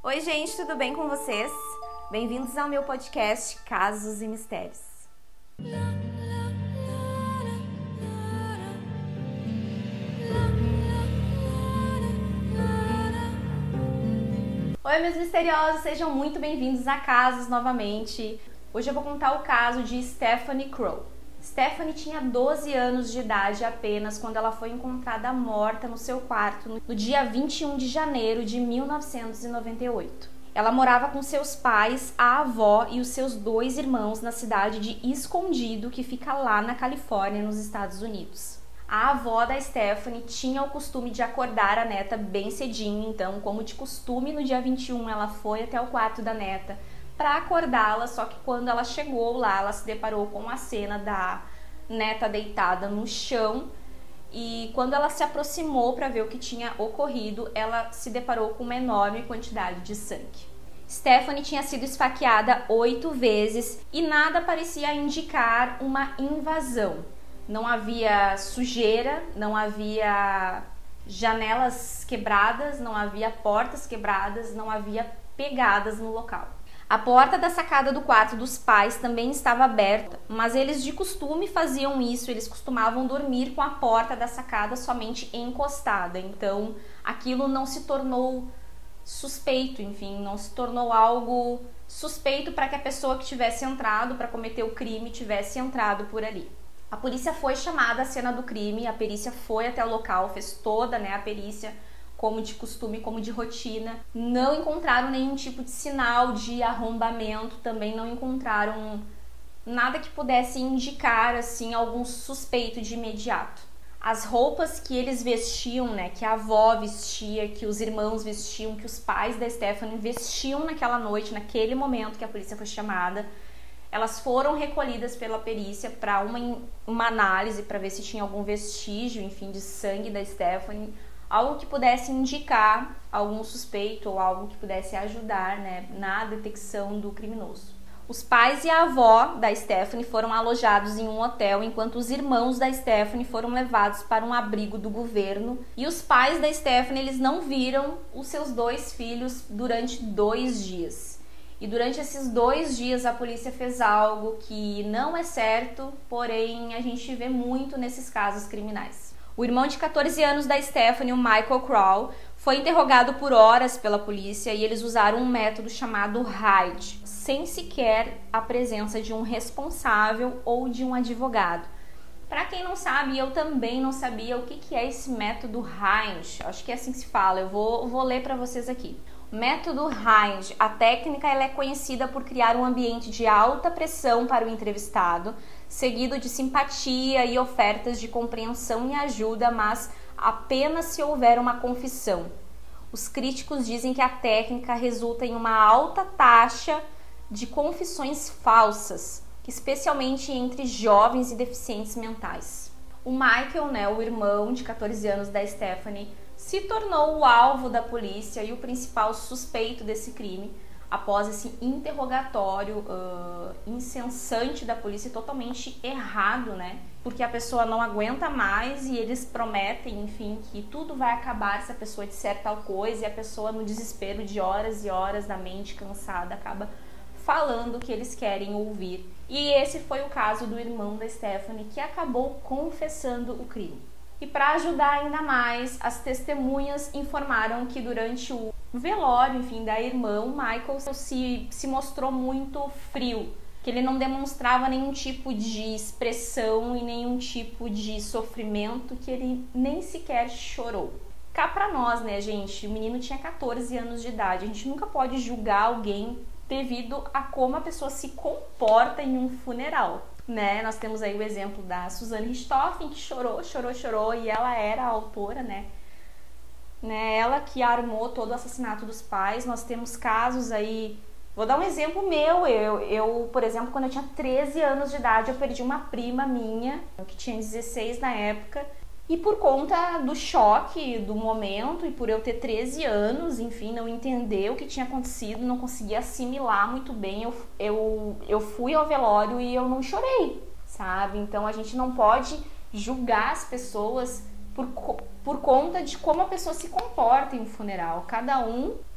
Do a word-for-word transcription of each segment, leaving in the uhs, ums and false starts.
Oi gente, tudo bem com vocês? Bem-vindos ao meu podcast Casos e Mistérios. Oi meus misteriosos, sejam muito bem-vindos a Casos novamente. Hoje eu vou contar o caso de Stephanie Crowe. Stephanie tinha doze anos de idade apenas quando ela foi encontrada morta no seu quarto no dia vinte e um de janeiro de mil novecentos e noventa e oito. Ela morava com seus pais, a avó e os seus dois irmãos na cidade de Escondido, que fica lá na Califórnia, nos Estados Unidos. A avó da Stephanie tinha o costume de acordar a neta bem cedinho, então, como de costume, no dia vinte e um ela foi até o quarto da neta para acordá-la, só que quando ela chegou lá, ela se deparou com a cena da neta deitada no chão e quando ela se aproximou para ver o que tinha ocorrido, ela se deparou com uma enorme quantidade de sangue. Stephanie tinha sido esfaqueada oito vezes e nada parecia indicar uma invasão. Não havia sujeira, não havia janelas quebradas, não havia portas quebradas, não havia pegadas no local. A porta da sacada do quarto dos pais também estava aberta, mas eles de costume faziam isso, eles costumavam dormir com a porta da sacada somente encostada, então aquilo não se tornou suspeito, enfim, não se tornou algo suspeito para que a pessoa que tivesse entrado para cometer o crime tivesse entrado por ali. A polícia foi chamada à cena do crime, a perícia foi até o local, fez toda, né, a perícia, como de costume, como de rotina. Não encontraram nenhum tipo de sinal de arrombamento, também não encontraram nada que pudesse indicar assim algum suspeito de imediato. As roupas que eles vestiam, né, que a avó vestia, que os irmãos vestiam, que os pais da Stephanie vestiam naquela noite, naquele momento que a polícia foi chamada, elas foram recolhidas pela perícia para uma, uma análise para ver se tinha algum vestígio, enfim, de sangue da Stephanie, algo que pudesse indicar algum suspeito ou algo que pudesse ajudar, né, na detecção do criminoso. Os pais e a avó da Stephanie foram alojados em um hotel, enquanto os irmãos da Stephanie foram levados para um abrigo do governo. E os pais da Stephanie, eles não viram os seus dois filhos durante dois dias. E durante esses dois dias a polícia fez algo que não é certo, porém a gente vê muito nesses casos criminais. O irmão de catorze anos da Stephanie, o Michael Crowe, foi interrogado por horas pela polícia e eles usaram um método chamado Hide, sem sequer a presença de um responsável ou de um advogado. Para quem não sabe, eu também não sabia o que, que é esse método Hide, acho que é assim que se fala, eu vou, vou ler para vocês aqui. Método Hide, a técnica ela é conhecida por criar um ambiente de alta pressão para o entrevistado, seguido de simpatia e ofertas de compreensão e ajuda, mas apenas se houver uma confissão. Os críticos dizem que a técnica resulta em uma alta taxa de confissões falsas, especialmente entre jovens e deficientes mentais. O Michael, né, o irmão de catorze anos da Stephanie, se tornou o alvo da polícia e o principal suspeito desse crime após esse interrogatório uh, incessante da polícia, totalmente errado, né? Porque a pessoa não aguenta mais e eles prometem, enfim, que tudo vai acabar se a pessoa disser tal coisa e a pessoa, no desespero de horas e horas da mente cansada, acaba falando o que eles querem ouvir. E esse foi o caso do irmão da Stephanie, que acabou confessando o crime. E para ajudar ainda mais, as testemunhas informaram que durante o velório, enfim, da irmã, o Michael se, se mostrou muito frio, que ele não demonstrava nenhum tipo de expressão e nenhum tipo de sofrimento, que ele nem sequer chorou. Cá pra nós, né, gente, o menino tinha catorze anos de idade, a gente nunca pode julgar alguém devido a como a pessoa se comporta em um funeral. Né? Nós temos aí o exemplo da Suzanne Richthofen, que chorou, chorou, chorou, e ela era a autora, né? né? Ela que armou todo o assassinato dos pais. Nós temos casos aí, vou dar um exemplo meu, eu, eu, por exemplo, quando eu tinha treze anos de idade, eu perdi uma prima minha, que tinha dezesseis na época, e por conta do choque do momento, e por eu ter treze anos, enfim, não entender o que tinha acontecido, não conseguia assimilar muito bem, eu, eu, eu fui ao velório e eu não chorei, sabe? Então a gente não pode julgar as pessoas por, por conta de como a pessoa se comporta em um funeral. Cada um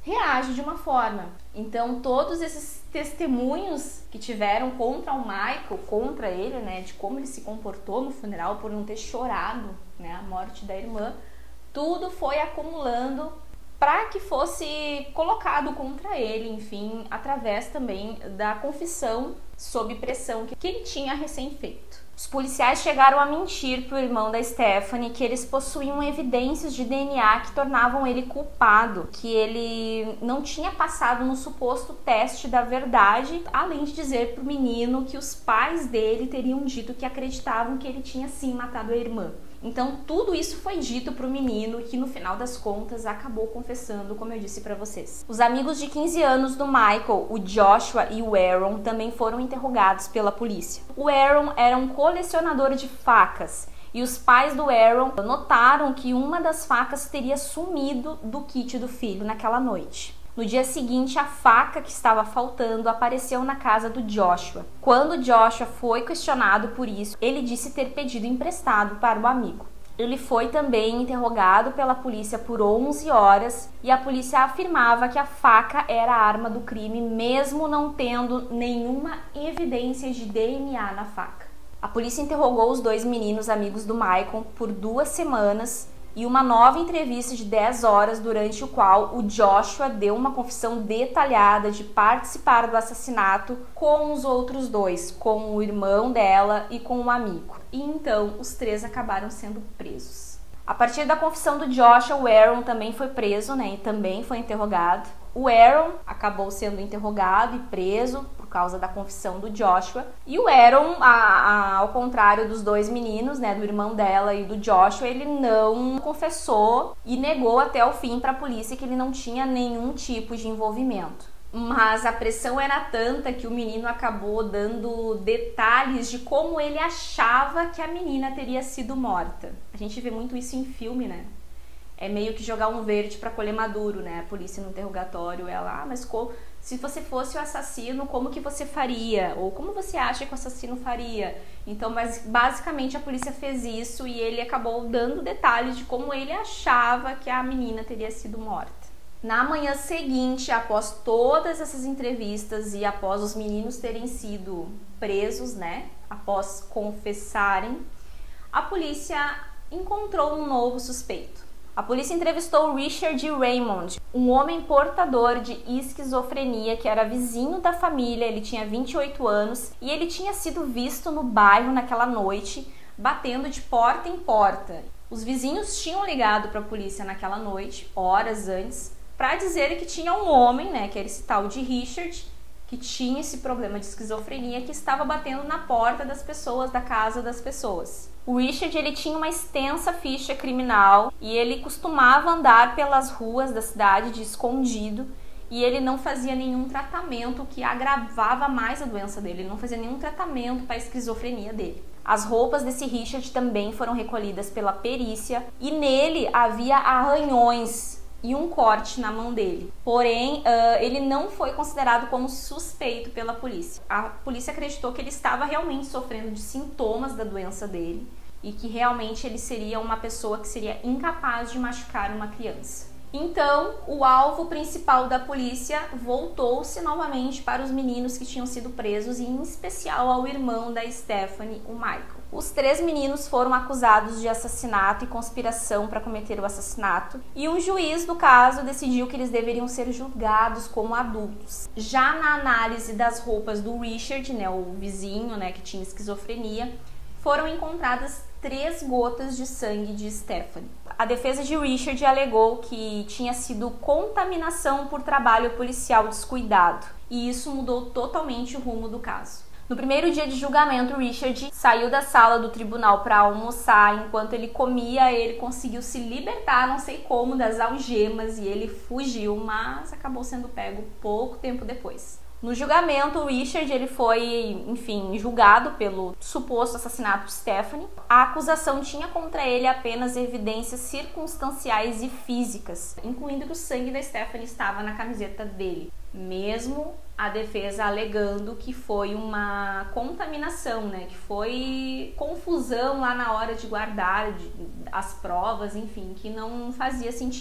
reage de uma forma. Então, todos esses testemunhos que tiveram contra o Michael, contra ele, né, de como ele se comportou no funeral por não ter chorado, né, a morte da irmã, tudo foi acumulando para que fosse colocado contra ele, enfim, através também da confissão sob pressão que ele tinha recém feito. Os policiais chegaram a mentir para o irmão da Stephanie que eles possuíam evidências de D N A que tornavam ele culpado, que ele não tinha passado no suposto teste da verdade, além de dizer para o menino que os pais dele teriam dito que acreditavam que ele tinha sim matado a irmã. Então tudo isso foi dito para o menino, que no final das contas acabou confessando, como eu disse para vocês. Os amigos de quinze anos do Michael, o Joshua e o Aaron, também foram interrogados pela polícia. O Aaron era um colecionador de facas e os pais do Aaron notaram que uma das facas teria sumido do kit do filho naquela noite. No dia seguinte, a faca que estava faltando apareceu na casa do Joshua. Quando Joshua foi questionado por isso, ele disse ter pedido emprestado para o amigo. Ele foi também interrogado pela polícia por onze horas e a polícia afirmava que a faca era a arma do crime, mesmo não tendo nenhuma evidência de D N A na faca. A polícia interrogou os dois meninos amigos do Michael por duas semanas e uma nova entrevista de dez horas, durante o qual o Joshua deu uma confissão detalhada de participar do assassinato com os outros dois, com o irmão dela e com o amigo. E então os três acabaram sendo presos. A partir da confissão do Joshua, o Aaron também foi preso, né, e também foi interrogado. O Aaron acabou sendo interrogado e preso por causa da confissão do Joshua. E o Aaron, a, a, ao contrário dos dois meninos, né, do irmão dela e do Joshua, ele não confessou e negou até o fim para a polícia que ele não tinha nenhum tipo de envolvimento. Mas a pressão era tanta que o menino acabou dando detalhes de como ele achava que a menina teria sido morta. A gente vê muito isso em filme, né? É meio que jogar um verde para colher maduro, né? A polícia no interrogatório, ela, ah, mas como, se você fosse o assassino, como que você faria? Ou como você acha que o assassino faria? Então, mas basicamente a polícia fez isso e ele acabou dando detalhes de como ele achava que a menina teria sido morta. Na manhã seguinte, após todas essas entrevistas e após os meninos terem sido presos, né? Após confessarem, a polícia encontrou um novo suspeito. A polícia entrevistou Richard Raymond, um homem portador de esquizofrenia que era vizinho da família. Ele tinha vinte e oito anos e ele tinha sido visto no bairro naquela noite, batendo de porta em porta. Os vizinhos tinham ligado para a polícia naquela noite, horas antes, para dizer que tinha um homem, né, que era esse tal de Richard, que tinha esse problema de esquizofrenia, que estava batendo na porta das pessoas, da casa das pessoas. O Richard, ele tinha uma extensa ficha criminal e ele costumava andar pelas ruas da cidade de escondido e ele não fazia nenhum tratamento que agravava mais a doença dele, ele não fazia nenhum tratamento para a esquizofrenia dele. As roupas desse Richard também foram recolhidas pela perícia e nele havia arranhões e um corte na mão dele. Porém, uh, ele não foi considerado como suspeito pela polícia. A polícia acreditou que ele estava realmente sofrendo de sintomas da doença dele e que realmente ele seria uma pessoa que seria incapaz de machucar uma criança. Então, o alvo principal da polícia voltou-se novamente para os meninos que tinham sido presos e em especial ao irmão da Stephanie, o Michael. Os três meninos foram acusados de assassinato e conspiração para cometer o assassinato e um juiz do caso decidiu que eles deveriam ser julgados como adultos. Já na análise das roupas do Richard, né, o vizinho, né, que tinha esquizofrenia, foram encontradas três gotas de sangue de Stephanie. A defesa de Richard alegou que tinha sido contaminação por trabalho policial descuidado e isso mudou totalmente o rumo do caso. No primeiro dia de julgamento, Richard saiu da sala do tribunal para almoçar. Enquanto ele comia, ele conseguiu se libertar, não sei como, das algemas e ele fugiu, mas acabou sendo pego pouco tempo depois. No julgamento, o Richard ele foi, enfim, julgado pelo suposto assassinato de Stephanie. A acusação tinha contra ele apenas evidências circunstanciais e físicas, incluindo que o sangue da Stephanie estava na camiseta dele, mesmo a defesa alegando que foi uma contaminação, né? Que foi confusão lá na hora de guardar de, as provas, enfim, que não fazia sentido.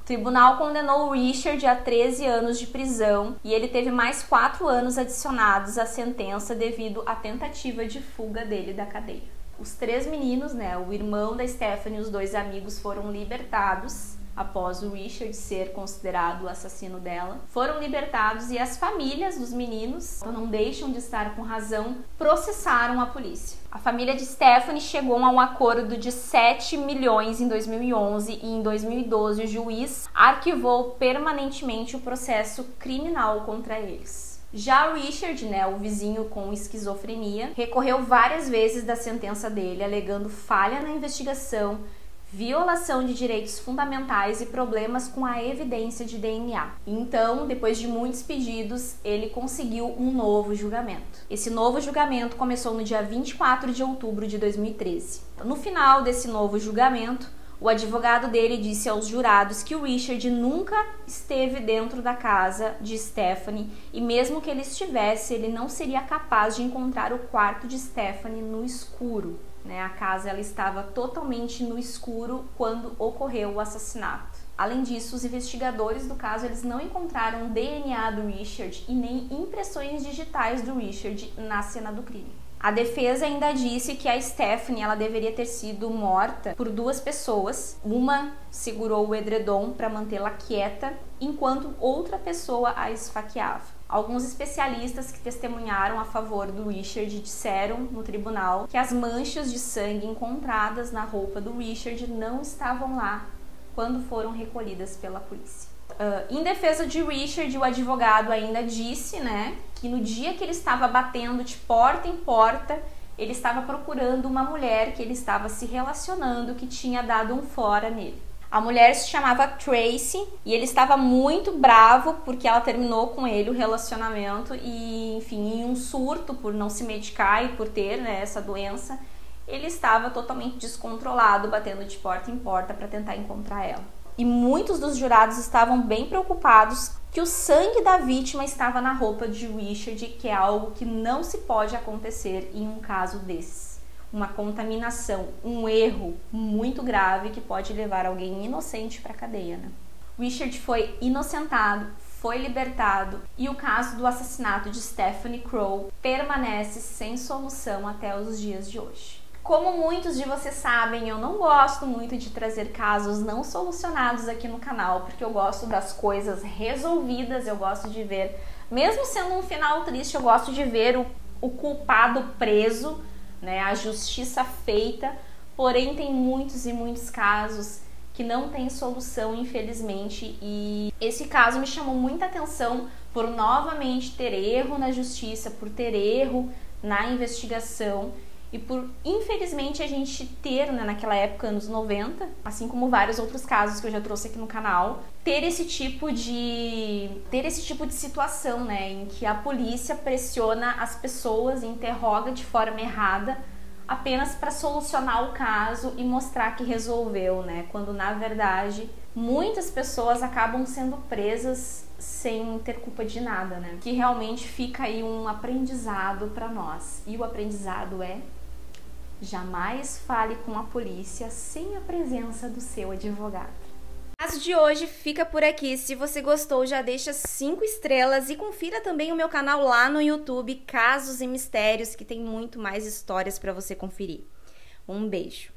O tribunal condenou o Richard a treze anos de prisão e ele teve mais quatro anos adicionados à sentença devido à tentativa de fuga dele da cadeia. Os três meninos, né, o irmão da Stephanie e os dois amigos foram libertados após o Richard ser considerado o assassino dela. Foram libertados e as famílias dos meninos, então não deixam de estar com razão, processaram a polícia. A família de Stephanie chegou a um acordo de sete milhões em dois mil e onze e em dois mil e doze o juiz arquivou permanentemente o processo criminal contra eles. Já o Richard, né, o vizinho com esquizofrenia, recorreu várias vezes da sentença dele, alegando falha na investigação, violação de direitos fundamentais e problemas com a evidência de D N A. Então, depois de muitos pedidos, ele conseguiu um novo julgamento. Esse novo julgamento começou no dia vinte e quatro de outubro de dois mil e treze. No final desse novo julgamento, o advogado dele disse aos jurados que o Richard nunca esteve dentro da casa de Stephanie e mesmo que ele estivesse, ele não seria capaz de encontrar o quarto de Stephanie no escuro. Né? A casa ela estava totalmente no escuro quando ocorreu o assassinato. Além disso, os investigadores do caso eles não encontraram D N A do Richard e nem impressões digitais do Richard na cena do crime. A defesa ainda disse que a Stephanie ela deveria ter sido morta por duas pessoas. Uma segurou o edredom para mantê-la quieta, enquanto outra pessoa a esfaqueava. Alguns especialistas que testemunharam a favor do Richard disseram no tribunal que as manchas de sangue encontradas na roupa do Richard não estavam lá quando foram recolhidas pela polícia. Uh, em defesa de Richard, o advogado ainda disse, né, que no dia que ele estava batendo de porta em porta, ele estava procurando uma mulher que ele estava se relacionando, que tinha dado um fora nele. A mulher se chamava Tracy e ele estava muito bravo porque ela terminou com ele o relacionamento e, enfim, em um surto por não se medicar e por ter, né, essa doença, ele estava totalmente descontrolado, batendo de porta em porta para tentar encontrar ela. E muitos dos jurados estavam bem preocupados que o sangue da vítima estava na roupa de Richard, que é algo que não se pode acontecer em um caso desses. Uma contaminação, um erro muito grave que pode levar alguém inocente para a cadeia, né? Richard foi inocentado, foi libertado e o caso do assassinato de Stephanie Crowe permanece sem solução até os dias de hoje. Como muitos de vocês sabem, eu não gosto muito de trazer casos não solucionados aqui no canal, porque eu gosto das coisas resolvidas, eu gosto de ver, mesmo sendo um final triste, eu gosto de ver o, o culpado preso, né, a justiça feita, porém tem muitos e muitos casos que não tem solução, infelizmente, e esse caso me chamou muita atenção por novamente ter erro na justiça, por ter erro na investigação e por, infelizmente, a gente ter, né, naquela época, anos noventa, assim como vários outros casos que eu já trouxe aqui no canal, ter esse tipo de, ter esse tipo de situação, né, em que a polícia pressiona as pessoas e interroga de forma errada apenas para solucionar o caso e mostrar que resolveu, né, quando na verdade muitas pessoas acabam sendo presas sem ter culpa de nada, né, que realmente fica aí um aprendizado para nós. E o aprendizado é: jamais fale com a polícia sem a presença do seu advogado. O caso de hoje fica por aqui. Se você gostou, já deixa cinco estrelas e confira também o meu canal lá no YouTube, Casos e Mistérios, que tem muito mais histórias para você conferir. Um beijo!